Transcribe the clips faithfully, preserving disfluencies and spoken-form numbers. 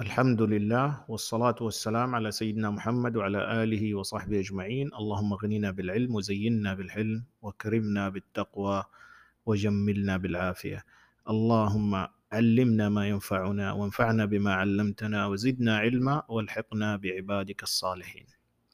الحمد لله والصلاة والسلام على سيدنا محمد وعلى آله وصحبه أجمعين. اللهم اغننا بالعلم وزينا بالحلم وكرمنا بالتقوى وجملنا بالعافية. اللهم علمنا ما ينفعنا وانفعنا بما علمتنا وزدنا علما والحقنا بعبادك الصالحين.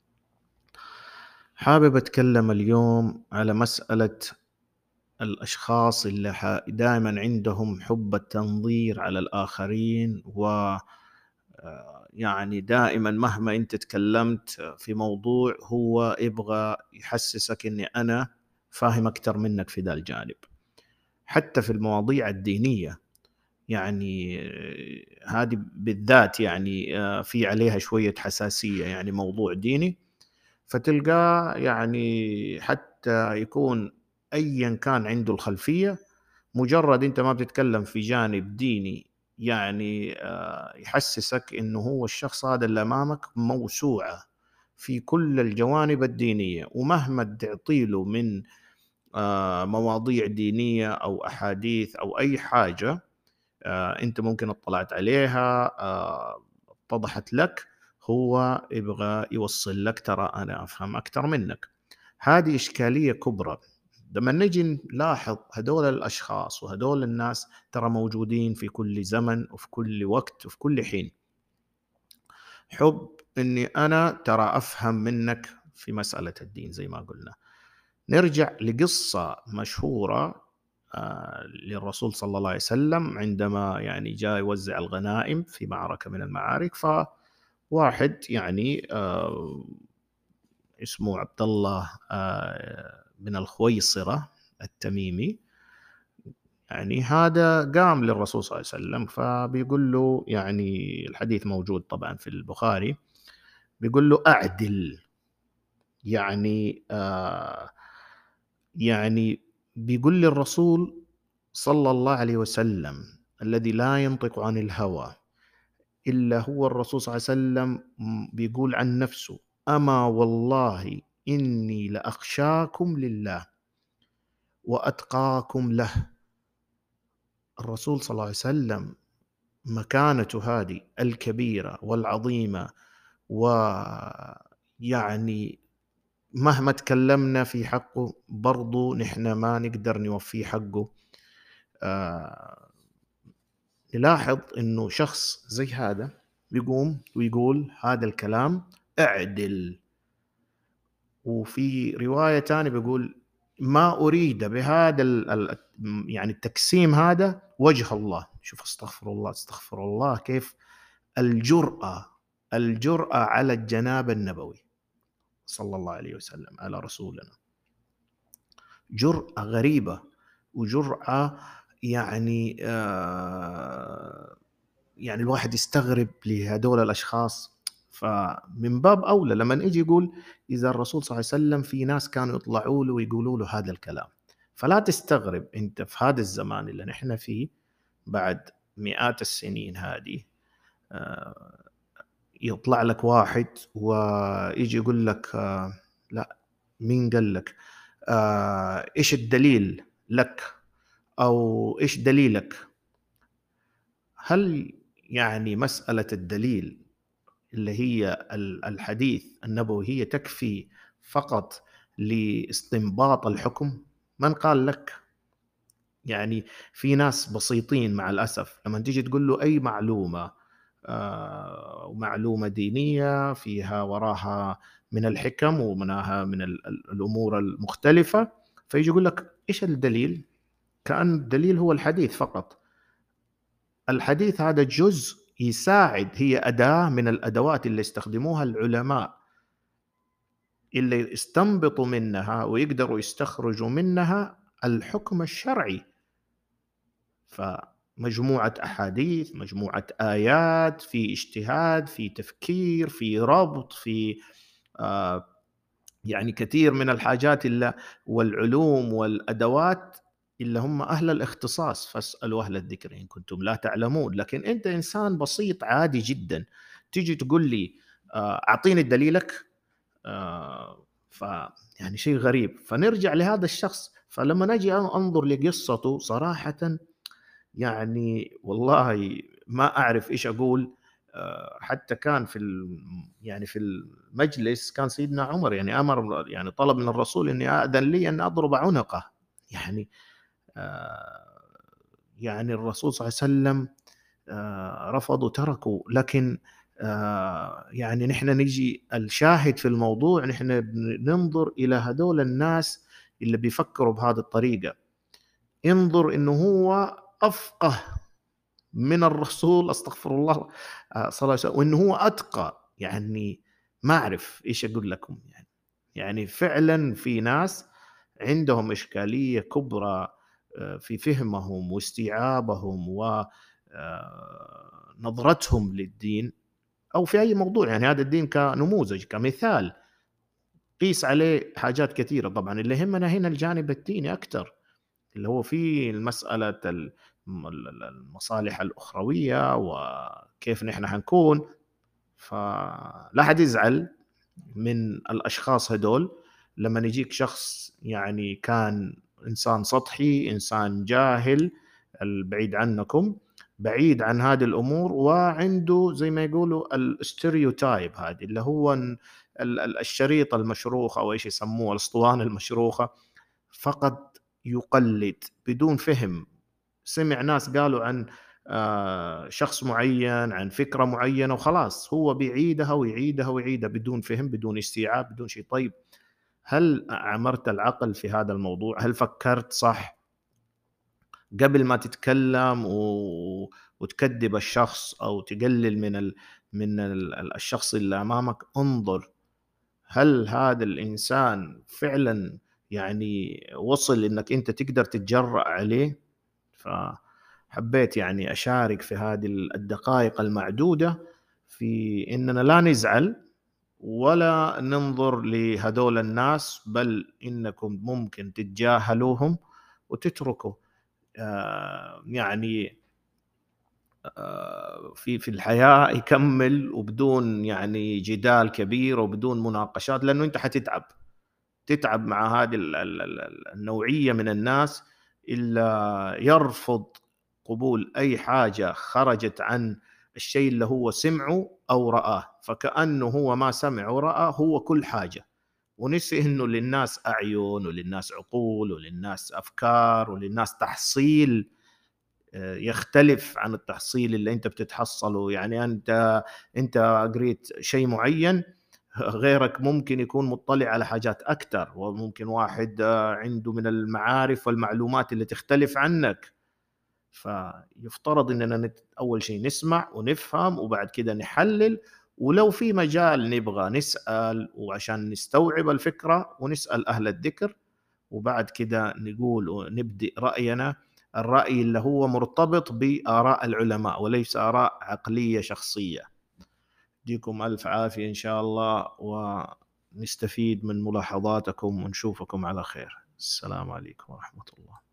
حابب أتكلم اليوم على مسألة الأشخاص اللي دائما عندهم حب التنظير على الآخرين، و يعني دائما مهما أنت تكلمت في موضوع هو يبغى يحسسك أني أنا فاهم أكثر منك في ذا الجانب. حتى في المواضيع الدينية يعني هذه بالذات يعني في عليها شوية حساسية، يعني موضوع ديني فتلقاه يعني حتى يكون أيا كان عنده الخلفية، مجرد أنت ما بتتكلم في جانب ديني يعني آه، يحسسك إنه هو الشخص هذا اللي أمامك موسوعة في كل الجوانب الدينية، ومهما تعطيله من آه، مواضيع دينية أو أحاديث أو أي حاجة آه، أنت ممكن اطلعت عليها آه، اتضحت لك، هو يبغى يوصل لك ترى أنا أفهم أكثر منك. هذه إشكالية كبرى. لما نجي نلاحظ هدول الأشخاص وهدول الناس ترى موجودين في كل زمن وفي كل وقت وفي كل حين. حب أني أنا ترى أفهم منك في مسألة الدين زي ما قلنا. نرجع لقصة مشهورة آه، للرسول صلى الله عليه وسلم عندما يعني جاء يوزع الغنائم في معركة من المعارك، فواحد يعني آه، اسمه عبد الله آه، بن الخويصرة التميمي، يعني هذا قام للرسول صلى الله عليه وسلم فبيقول له، يعني الحديث موجود طبعا في البخاري، بيقول له أعدل. يعني آه يعني بيقول للرسول صلى الله عليه وسلم الذي لا ينطق عن الهوى إلا هو الرسول صلى الله عليه وسلم، بيقول عن نفسه: أما والله إني لأخشاكم لله وأتقاكم له. الرسول صلى الله عليه وسلم مكانته هذه الكبيرة والعظيمة، ويعني مهما تكلمنا في حقه برضو نحن ما نقدر نوفيه حقه. آه نلاحظ انه شخص زي هذا بيقوم ويقول هذا الكلام: اعدل. وفي رواية تانية بيقول: ما أريد بهذا ال يعني التقسيم هذا وجه الله. شوف، استغفر الله استغفر الله، كيف الجرأة الجرأة على الجناب النبوي صلى الله عليه وسلم، على رسولنا. جرأة غريبة وجرأة يعني آه يعني الواحد يستغرب لهدول الأشخاص. فمن باب أولى لما نيجي يقول إذا الرسول صلى الله عليه وسلم في ناس كانوا يطلعوا له ويقولوا له هذا الكلام، فلا تستغرب أنت في هذا الزمان اللي نحن فيه بعد مئات السنين هذه آه يطلع لك واحد ويجي يقول لك آه لا، مين قال لك؟ آه إيش الدليل لك؟ أو إيش دليلك؟ هل يعني مسألة الدليل اللي هي الحديث النبوي هي تكفي فقط لاستنباط الحكم؟ من قال لك؟ يعني في ناس بسيطين مع الأسف لما تيجي تقول له أي معلومة آه، ومعلومة دينية فيها وراها من الحكم ومنها من الأمور المختلفة، فيجي يقول لك إيش الدليل؟ كأن الدليل هو الحديث فقط. الحديث هذا جزء يساعد، هي أداة من الأدوات اللي استخدموها العلماء اللي استنبطوا منها ويقدروا يستخرجوا منها الحكم الشرعي. فمجموعة أحاديث، مجموعة آيات، في اجتهاد، في تفكير، في ربط، في آه يعني كثير من الحاجات اللي والعلوم والأدوات اللي هم أهل الاختصاص. فاسألوا أهل الذكر إن كنتم لا تعلمون. لكن أنت إنسان بسيط عادي جدا تيجي تقول لي آه أعطيني دليلك. آه ف يعني شيء غريب. فنرجع لهذا الشخص، فلما نجي أنظر لقصته صراحة يعني والله ما أعرف إيش أقول. آآ حتى كان في ال يعني في المجلس كان سيدنا عمر يعني أمر يعني طلب من الرسول إني أأذن لي أن أضرب عنقه. يعني آآ يعني الرسول صلى الله عليه وسلم آآ رفض وتركوا، لكن آآ يعني نحن نيجي الشاهد في الموضوع نحن بن ننظر إلى هذول الناس اللي بيفكروا بهذه الطريقة، انظر إنه هو أفقه من الرسول أستغفر الله آآ صلى الله عليه وسلم، وإنه هو أتقى، يعني ما أعرف إيش أقول لكم يعني. يعني فعلًا في ناس عندهم إشكالية كبرى آآ في فهمهم واستيعابهم و آآ نظرتهم للدين أو في أي موضوع، يعني هذا الدين كنموذج، كمثال، قيس عليه حاجات كثيرة طبعًا، اللي يهمنا هنا الجانب الديني أكتر. اللي هو في المسألة ال م ال ال المصالح الأخروية وكيف نحن حنكون، فلا حد يزعل من الأشخاص هدول لمّن يجيك شخص يعني كان إنسان سطحي، إنسان جاهل، البعيد عنكم، بعيد عن هذه الأمور وعنده زي ما يقولوا الstereotype هذه اللي هو ن ال ال الشريطة المشروخة أو إيش يسموها الأسطوانة المشروخة، فقط يقلد بدون فهم. سمع ناس قالوا عن آآ شخص معيّن، عن فكرة معيّنة وخلاص هو بيعيدها ويعيدها ويعيدها بدون فهم، بدون استيعاب، بدون شيء. طيب هل أعمرت العقل في هذا الموضوع؟ هل فكرت صح قبل ما تتكلم و وتكدِّب الشخص أو تقلل من ال من ال الشخص اللي أمامك؟ انظر هل هذا الإنسان فعلًا يعني وصل إنك أنت تقدر تتجرأ عليه؟ فحبيت يعني أشارك في هذه ال الدقائق المعدودة في إننا لا نزعل ولا ننظر لهذول الناس، بل إنكم ممكن تتجاهلوهم وتتركوا آآ يعني آآ في في الحياة يكمّل وبدون يعني جدال كبير وبدون مناقشات، لأنه أنت حتتعب. تتعب مع هذه ال ال ال ال النوعية من الناس اللي يرفض قبول أي حاجة خرجت عن الشيء اللي هو سمعه أو رآه، فكأنه هو ما سمع ورأى هو كل حاجة، ونسي إنه للناس أعين وللناس عقول وللناس أفكار وللناس تحصيل آآ يختلف عن التحصيل اللي أنت بتتحصّله. يعني أنت أنت قريت شيء معيّن، غيرك ممكن يكون مُطّلع على حاجات أكتر، وممكن واحد آه، عنده من المعارف والمعلومات اللي تختلف عنك. فيفترض إننا نت أول شيء نسمع ونفهم وبعد كده نحلّل، ولو في مجال نبغى نسأل وعشان نستوعب الفكرة ونسأل أهل الذكر، وبعد كده نقول ونبدي رأينا، الرأي اللي هو مرتبط بآراء العلماء وليس آراء عقلية شخصية. يديكم ألف عافية إن شاء الله، ونستفيد من ملاحظاتكم ونشوفكم على خير. السلام عليكم ورحمة الله.